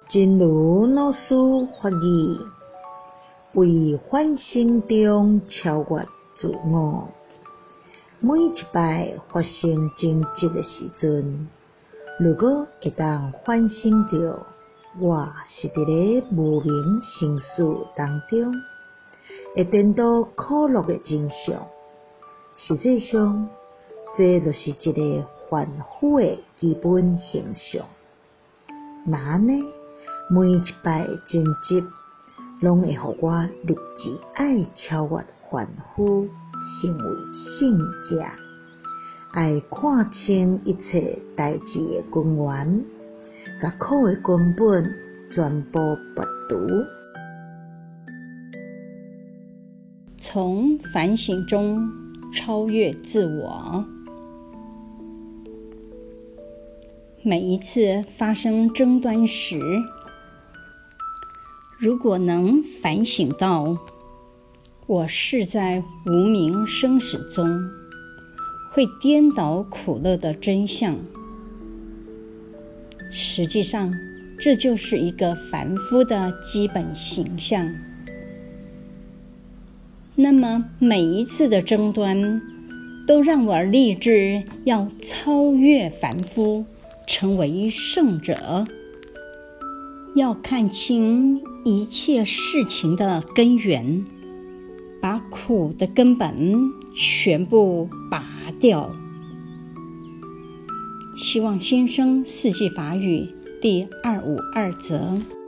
真如老师法语，为反省中超越自我。每一摆发生争执的时阵，如果会当反省着我是伫咧无明生死当中，会颠倒苦乐的真相。实际上，这就是一个凡夫的基本形象。那呢，每一摆争执，拢会互我立志爱超越凡夫，成为圣者，爱看清一切代志的根源，甲苦的根本全部拔除。 从反省中超越自我。每一次发生争端时，如果能反省到我是在无明生死中会颠倒苦乐的真相，实际上这就是一个凡夫的基本形象。那么每一次的争端都让我立志要超越凡夫，成为圣者，要看清一切事情的根源，把苦的根本全部拔掉。希望新生四季法语第252则。